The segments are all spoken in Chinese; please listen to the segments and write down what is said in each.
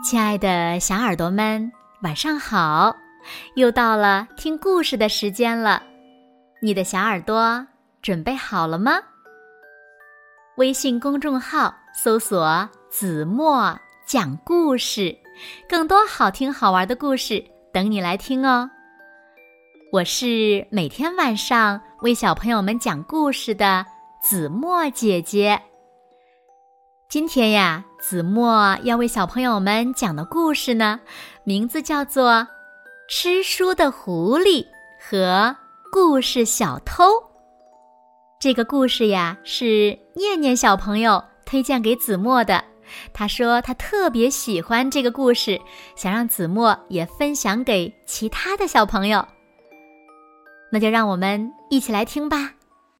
亲爱的小耳朵们，晚上好！又到了听故事的时间了，你的小耳朵准备好了吗？微信公众号搜索子墨讲故事，更多好听好玩的故事等你来听哦。我是每天晚上为小朋友们讲故事的子墨姐姐。今天呀，子墨要为小朋友们讲的故事呢，名字叫做《吃书的狐狸和故事小偷》。这个故事呀，是念念小朋友推荐给子墨的。他说他特别喜欢这个故事，想让子墨也分享给其他的小朋友。那就让我们一起来听吧。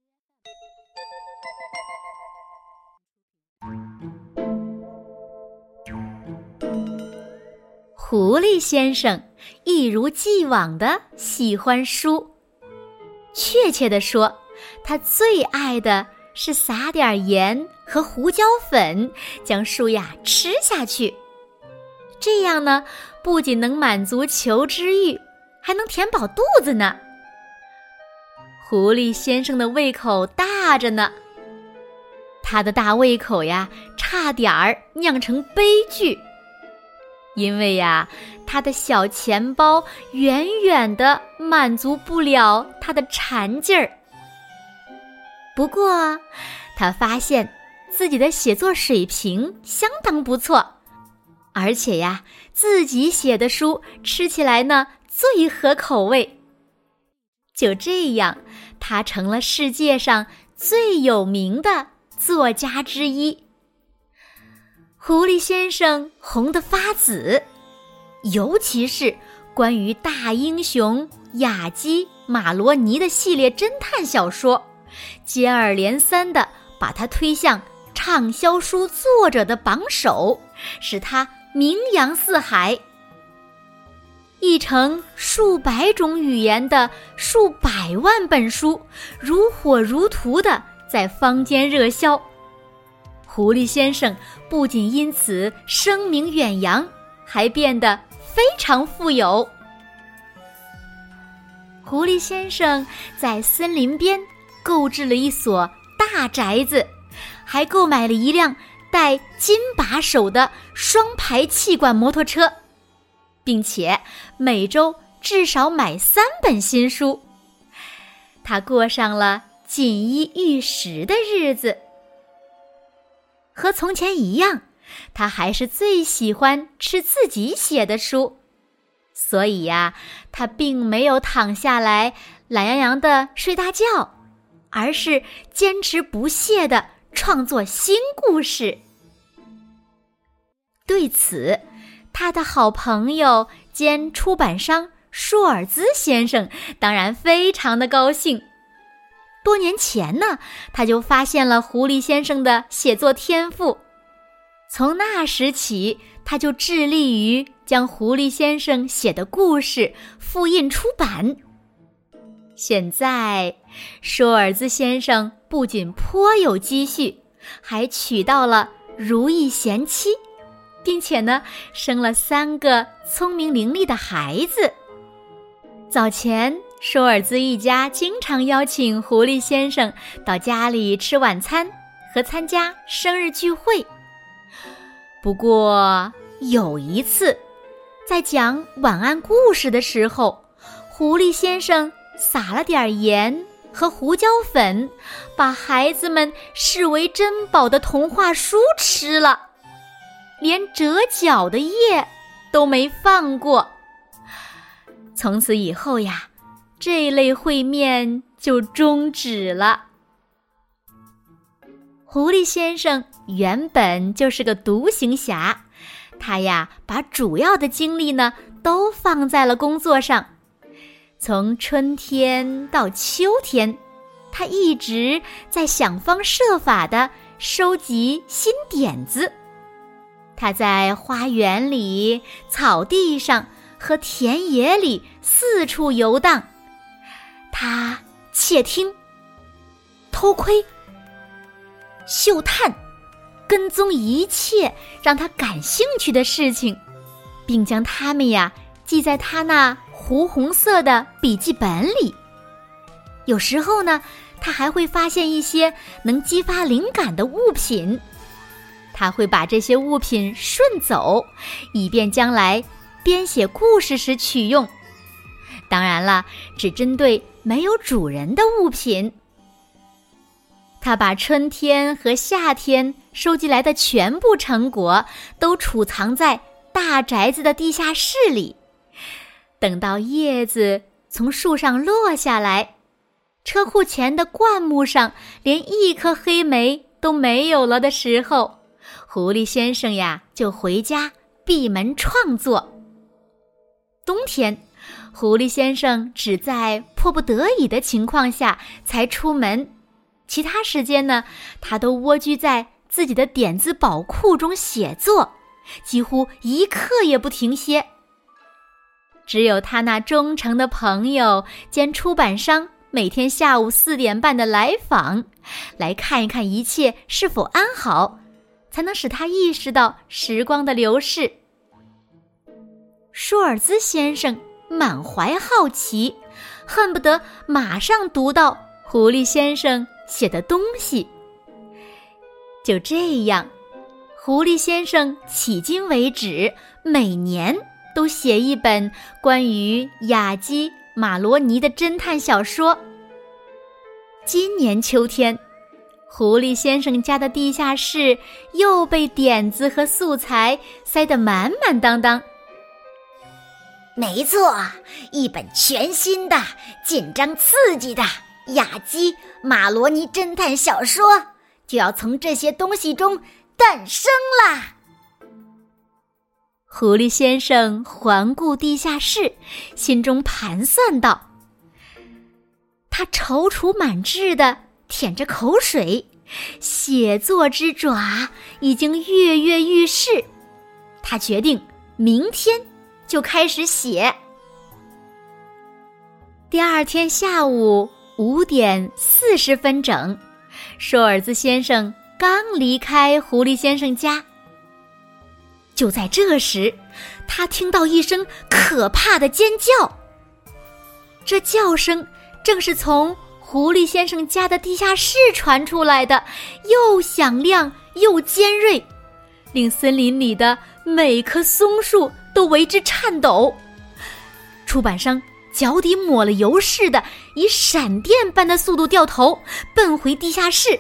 狐狸先生一如既往地喜欢书，确切地说，他最爱的是撒点盐和胡椒粉，将书呀吃下去。这样呢，不仅能满足求知欲，还能填饱肚子呢。狐狸先生的胃口大着呢，他的大胃口呀，差点儿酿成悲剧。因为呀，他的小钱包远远地满足不了他的馋劲儿。不过，他发现自己的写作水平相当不错，而且呀，自己写的书吃起来呢最合口味。就这样，他成了世界上最有名的作家之一。狐狸先生红得发紫，尤其是关于大英雄雅基马罗尼的系列侦探小说，接二连三地把他推向畅销书作者的榜首，使他名扬四海。译成数百种语言的数百万本书，如火如荼地在坊间热销。狐狸先生不仅因此声名远扬，还变得非常富有。狐狸先生在森林边购置了一所大宅子，还购买了一辆带金把手的双排气管摩托车，并且每周至少买3本新书。他过上了锦衣玉食的日子。和从前一样，他还是最喜欢吃自己写的书，所以呀，他并没有躺下来懒洋洋地睡大觉，而是坚持不懈地创作新故事。对此，他的好朋友兼出版商舒尔兹先生当然非常的高兴。多年前呢，他就发现了狐狸先生的写作天赋。从那时起，他就致力于将狐狸先生写的故事复印出版。现在，舒尔兹先生不仅颇有积蓄，还娶到了如意贤妻，并且呢，生了3个聪明伶俐的孩子。早前，舒尔兹一家经常邀请狐狸先生到家里吃晚餐和参加生日聚会。不过有一次，在讲晚安故事的时候，狐狸先生撒了点盐和胡椒粉，把孩子们视为珍宝的童话书吃了，连折角的页都没放过。从此以后呀，这类会面就终止了。狐狸先生原本就是个独行侠，他呀把主要的精力呢都放在了工作上。从春天到秋天，他一直在想方设法地收集新点子。他在花园里、草地上和田野里四处游荡，他窃听、偷窥、嗅探，跟踪一切让他感兴趣的事情， 并将它们记在他那糊红色的笔记本里。有时候呢，他还会发现一些能激发灵感的物品，他会把这些物品顺走，以便将来编写故事时取用。当然了，只针对没有主人的物品。他把春天和夏天收集来的全部成果都储藏在大宅子的地下室里，等到叶子从树上落下来，车库前的灌木上连一颗黑莓都没有了的时候，狐狸先生就回家闭门创作。冬天，狐狸先生只在迫不得已的情况下才出门，其他时间呢，他都蜗居在自己的点子宝库中写作，几乎一刻也不停歇。只有他那忠诚的朋友兼出版商每天下午4点半的来访，来看一看一切是否安好，才能使他意识到时光的流逝。舒尔兹先生满怀好奇，恨不得马上读到狐狸先生写的东西。就这样，狐狸先生迄今为止每年都写一本关于雅基马罗尼的侦探小说。今年秋天，狐狸先生家的地下室又被点子和素材塞得满满当当。 没错，一本全新的、紧张刺激的雅基马罗尼侦探小说就要从这些东西中诞生啦！ 狐狸先生环顾地下室，心中盘算道。他踌躇满志地舔着口水，写作之爪已经跃跃欲试。他决定明天就开始写。第二天下午5点40分整，舒尔兹先生刚离开狐狸先生家。就在这时，他听到一声可怕的尖叫。这叫声正是从狐狸先生家的地下室传出来的，又响亮又尖锐，令森林里的每棵松树都为之颤抖。出版商脚底抹了油似的，以闪电般的速度掉头奔回地下室。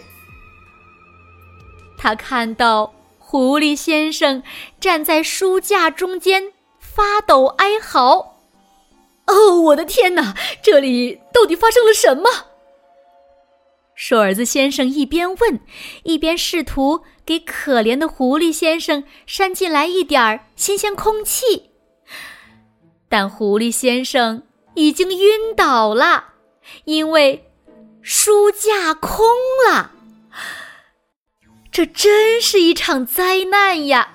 他看到狐狸先生站在书架中间发抖哀嚎。哦，我的天哪，这里到底发生了什么？舒尔兹先生一边问，一边试图给可怜的狐狸先生扇进来一点新鲜空气。但狐狸先生已经晕倒了，因为书架空了。这真是一场灾难呀！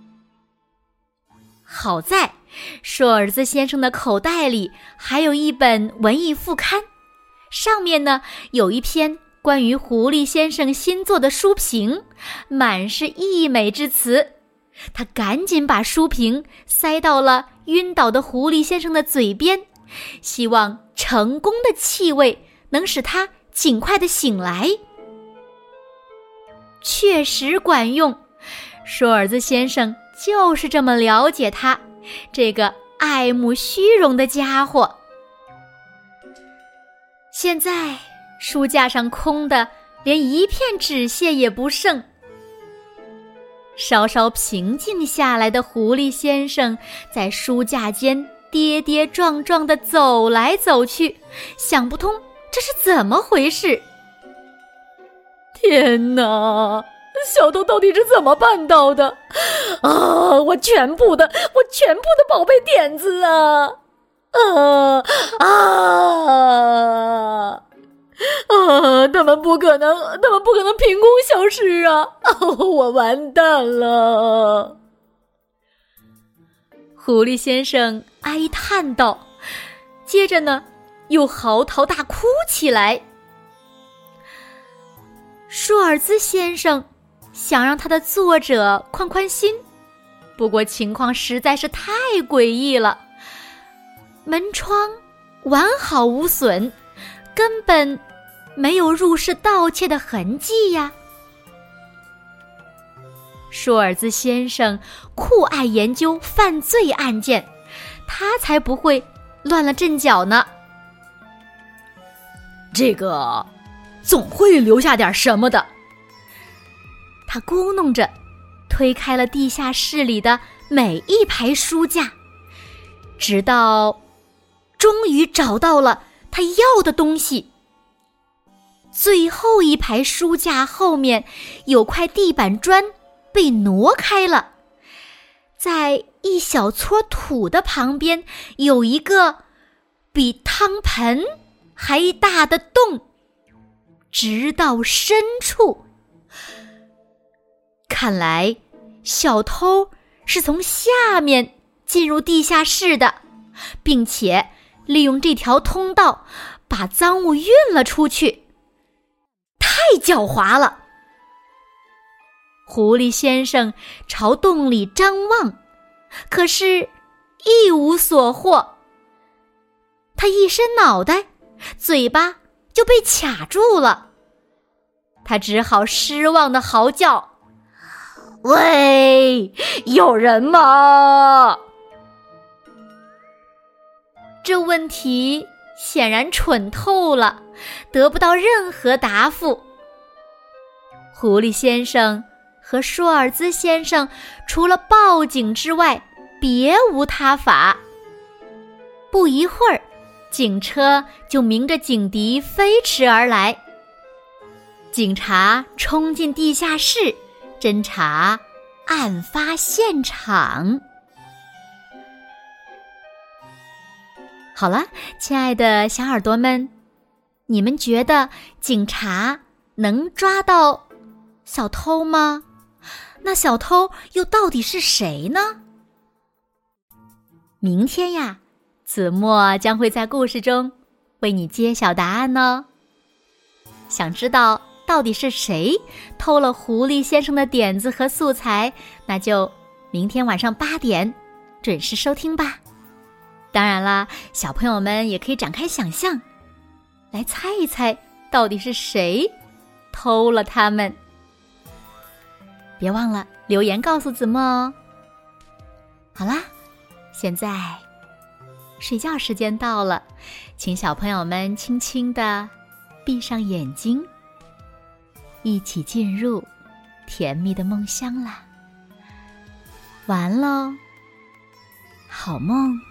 好在舒尔兹先生的口袋里还有一本文艺副刊，上面呢有一篇关于狐狸先生新作的书评，满是溢美之词。他赶紧把书评塞到了晕倒的狐狸先生的嘴边，希望成功的气味能使他尽快地醒来。确实管用，舒尔兹先生就是这么了解他这个爱慕虚荣的家伙。现在书架上空的连一片纸屑也不剩。稍稍平静下来的狐狸先生在书架间跌跌撞撞地走来走去，想不通这是怎么回事。天哪，小偷到底是怎么办到的啊！我全部的宝贝点子啊！他们不可能凭空消失啊！我完蛋了！狐狸先生哀叹道，接着呢，又嚎啕大哭起来。舒尔兹先生想让他的作者宽宽心， 不过情况实在是太诡异了，门窗完好无损，根本没有入室盗窃的痕迹呀。舒尔兹先生酷爱研究犯罪案件，他才不会乱了阵脚呢。 这个总会留下点什么的。 他咕哝着推开了地下室里的每一排书架，直到终于找到了他要的东西。最后一排书架后面有块地板砖被挪开了，在一小撮土的旁边有一个比汤盆还大的洞，直到深处。看来小偷是从下面进入地下室的，并且利用这条通道把赃物运了出去，太狡猾了。狐狸先生朝洞里张望，可是一无所获。他一伸脑袋，嘴巴就被卡住了。他只好失望地嚎叫：“喂，有人吗？”这问题显然蠢透了，得不到任何答复。狐狸先生和舒尔兹先生除了报警之外别无他法。不一会儿，警车就鸣着警笛飞驰而来。警察冲进地下室侦查案发现场。好了，亲爱的小耳朵们，你们觉得警察能抓到小偷吗？那小偷又到底是谁呢？明天呀，子墨将会在故事中为你揭晓答案哦。想知道到底是谁偷了狐狸先生的点子和素材，那就明天晚上8点准时收听吧。当然啦，小朋友们也可以展开想象，来猜一猜到底是谁偷了它们。别忘了留言告诉子墨哦。好啦，现在睡觉时间到了，请小朋友们轻轻地闭上眼睛，一起进入甜蜜的梦乡啦。晚安喽，好梦。